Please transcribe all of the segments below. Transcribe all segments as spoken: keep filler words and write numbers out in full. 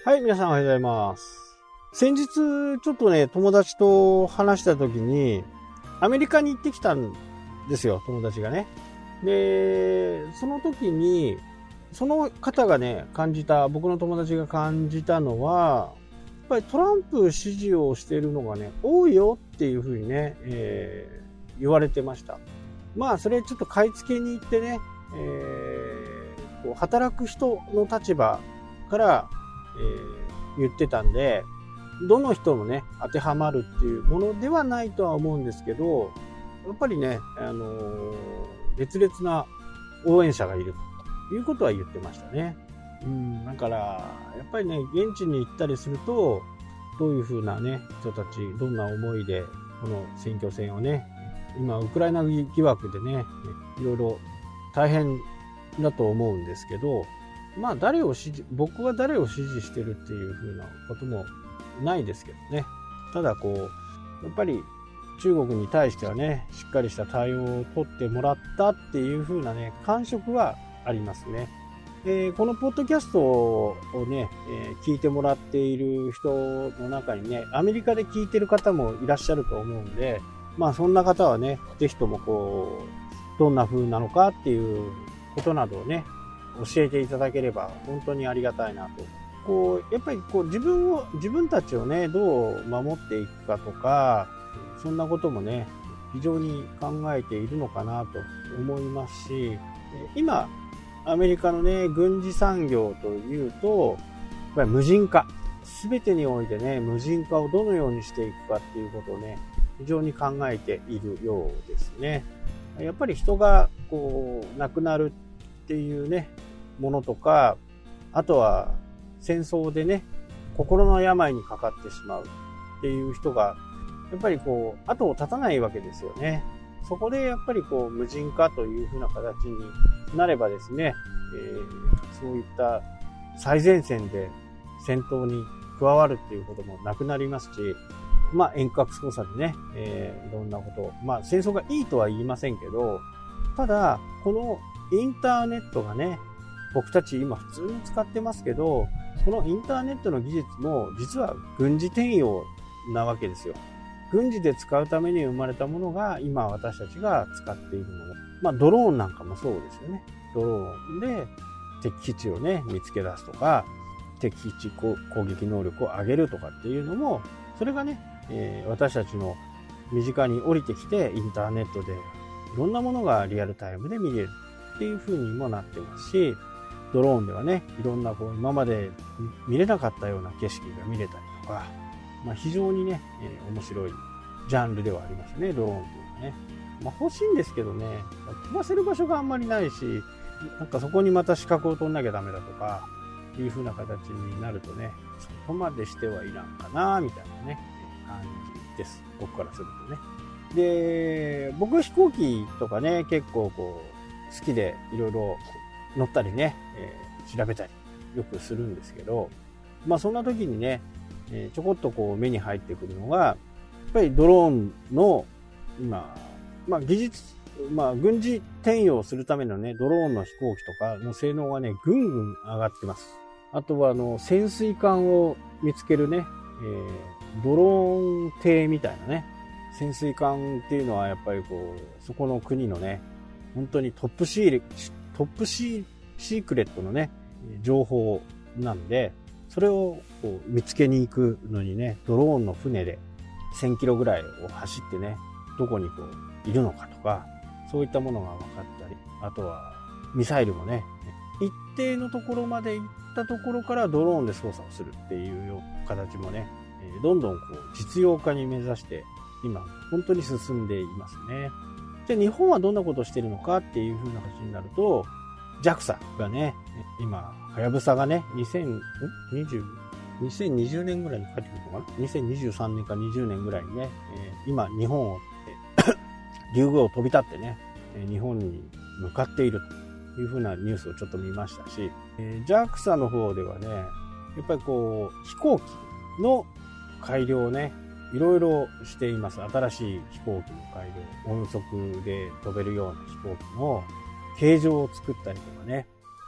はい、皆さんおはようございます。先日、ちょっとね、友達と話した時に、アメリカに行ってきたんですよ、友達がね。で、その時に、その方がね、感じた、僕の友達が感じたのは、やっぱりトランプ支持をしているのがね、多いよっていうふうにね、えー、言われてました。まあ、それちょっと買い付けに行ってね、えー、働く人の立場から、えー、言ってたんで、どの人もね、当てはまるっていうものではないとは思うんですけど、やっぱりね、あのー、熱烈な応援者がいるということは言ってましたね。うん、だから、やっぱりね、現地に行ったりすると、どういうふうなね、人たち、どんな思いで、この選挙戦をね、今、ウクライナ疑惑でね、いろいろ大変だと思うんですけど、まあ、誰を支持、僕は誰を支持してるっていうふうなこともないですけどね。ただ、こう、やっぱり中国に対してはね、しっかりした対応を取ってもらったっていうふうなね、感触はありますね。えー、このポッドキャストをね、えー、聞いてもらっている人の中にね、アメリカで聞いてる方もいらっしゃると思うんで、まあそんな方はね、ぜひともこう、どんな風なのかっていうことなどをね、教えていただければ本当にありがたいなと。こう、やっぱりこう自分を、自分たちをね、どう守っていくかとか、そんなこともね、非常に考えているのかなと思いますし、今、アメリカのね、軍事産業というと、やっぱり無人化。すべてにおいてね、無人化をどのようにしていくかっていうことをね、非常に考えているようですね。やっぱり人がこう亡くなるっていうね、ものとか、あとは戦争でね、心の病にかかってしまうっていう人が、やっぱりこう、後を絶たないわけですよね。そこでやっぱりこう、無人化というふうな形になればですね、えー、そういった最前線で戦闘に加わるっていうこともなくなりますし、まあ遠隔操作でね、えー、いろんなこと、まあ戦争がいいとは言いませんけど、ただ、このインターネットがね、僕たち今普通に使ってますけど、このインターネットの技術も実は軍事転用なわけですよ。軍事で使うために生まれたものが今私たちが使っているもの。まあドローンなんかもそうですよね。ドローンで敵基地をね、見つけ出すとか、敵基地攻撃能力を上げるとかっていうのも、それがね、えー、私たちの身近に降りてきてインターネットでいろんなものがリアルタイムで見れるっていう風にもなってますし、ドローンではね、いろんなこう今まで見れなかったような景色が見れたりとか、まあ、非常にね、えー、面白いジャンルではありますね、ドローンっていうのはね。まあ、欲しいんですけどね、飛ばせる場所があんまりないし、なんかそこにまた資格を取んなきゃダメだとか、いう風な形になるとね、そこまでしてはいらんかな、みたいなね、感じです。僕からするとね。で、僕飛行機とかね、結構こう、好きでいろいろ乗ったりね、えー、調べたりよくするんですけど、まあそんな時にね、えー、ちょこっとこう目に入ってくるのが、やっぱりドローンの今、まあ技術、まあ軍事転用するためのね、ドローンの飛行機とかの性能がね、ぐんぐん上がってます。あとはあの、潜水艦を見つけるね、えー、ドローン艇みたいなね、潜水艦っていうのはやっぱりこう、そこの国のね、本当にトップシー、トップシー、シークレットのね、情報なんで、それをこう見つけに行くのにね、ドローンの船でせんキロぐらいを走ってね、どこにこういるのかとか、そういったものが分かったり、あとはミサイルもね、一定のところまで行ったところからドローンで操作をするっていうような形もね、どんどんこう実用化に目指して今本当に進んでいますね。じゃあ日本はどんなことをしているのかっていう風な形になると、ジャクサ がね、今、はやぶさがね、にせんにじゅう、にせんにじゅうねんぐらいに帰ってくるのかな ?にせんにじゅうさんねんかにじゅうねんぐらいにね、えー、今、日本を、竜宮を飛び立ってね、日本に向かっているという風なニュースをちょっと見ましたし、えー、ジャクサ の方ではね、やっぱりこう、飛行機の改良をね、いろいろしています。新しい飛行機の改良、音速で飛べるような飛行機の形状を作ったりとかね、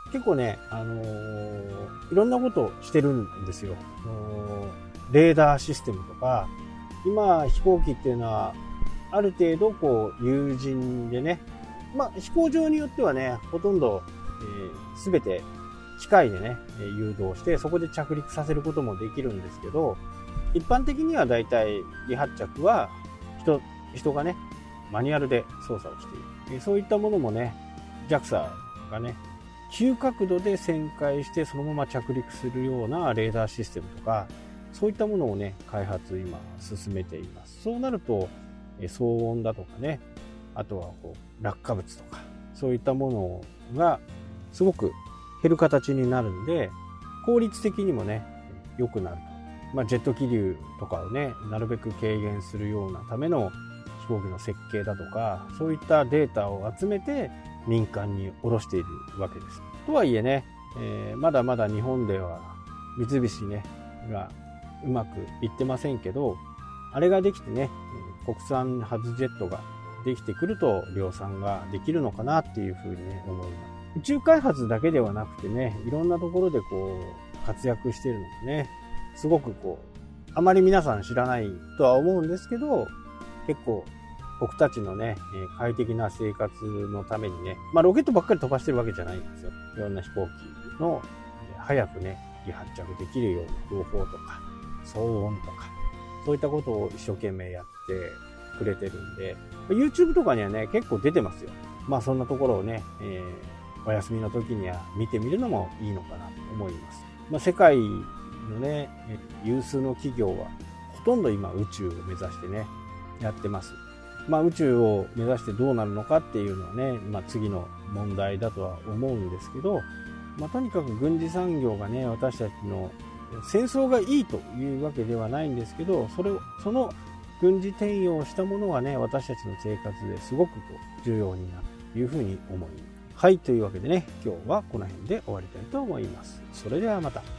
結構ね、あのー、いろんなことをしてるんですよ。レーダーシステムとか、今飛行機っていうのはある程度こう有人でね、まあ飛行場によってはね、ほとんど、えー、全て機械でね、誘導してそこで着陸させることもできるんですけど、一般的にはだいたい離発着は人、人がね、マニュアルで操作をしている。そういったものもね、ジャクサ がね、急角度で旋回してそのまま着陸するようなレーダーシステムとか、そういったものをね、開発今進めています。そうなると、騒音だとかね、あとはこう落下物とか、そういったものがすごく減る形になるんで、効率的にもね、良くなると。まあ、ジェット気流とかをね、なるべく軽減するようなための飛行機の設計だとか、そういったデータを集めて民間に下ろしているわけです。とはいえね、えー、まだまだ日本では三菱ね、がうまくいってませんけど、あれができてね、国産初ジェットができてくると量産ができるのかなっていうふうにね、思います。宇宙開発だけではなくてね、いろんなところでこう活躍しているのでね、すごくこう、あまり皆さん知らないとは思うんですけど、結構僕たちのね、快適な生活のためにね、まあロケットばっかり飛ばしてるわけじゃないんですよ。いろんな飛行機の早くね、離発着できるような方法とか、騒音とか、そういったことを一生懸命やってくれてるんで、YouTube とかにはね、結構出てますよ。まあそんなところをね、えー、お休みの時には見てみるのもいいのかなと思います。まあ世界のね、有数の企業はほとんど今宇宙を目指してね、やってます。まあ宇宙を目指してどうなるのかっていうのはね、まあ次の問題だとは思うんですけど、まあとにかく軍事産業がね、私たちの戦争がいいというわけではないんですけど、それを、その軍事転用したものがね、私たちの生活ですごくこう重要になるというふうに思います。はい、というわけでね、今日はこの辺で終わりたいと思います。それではまた。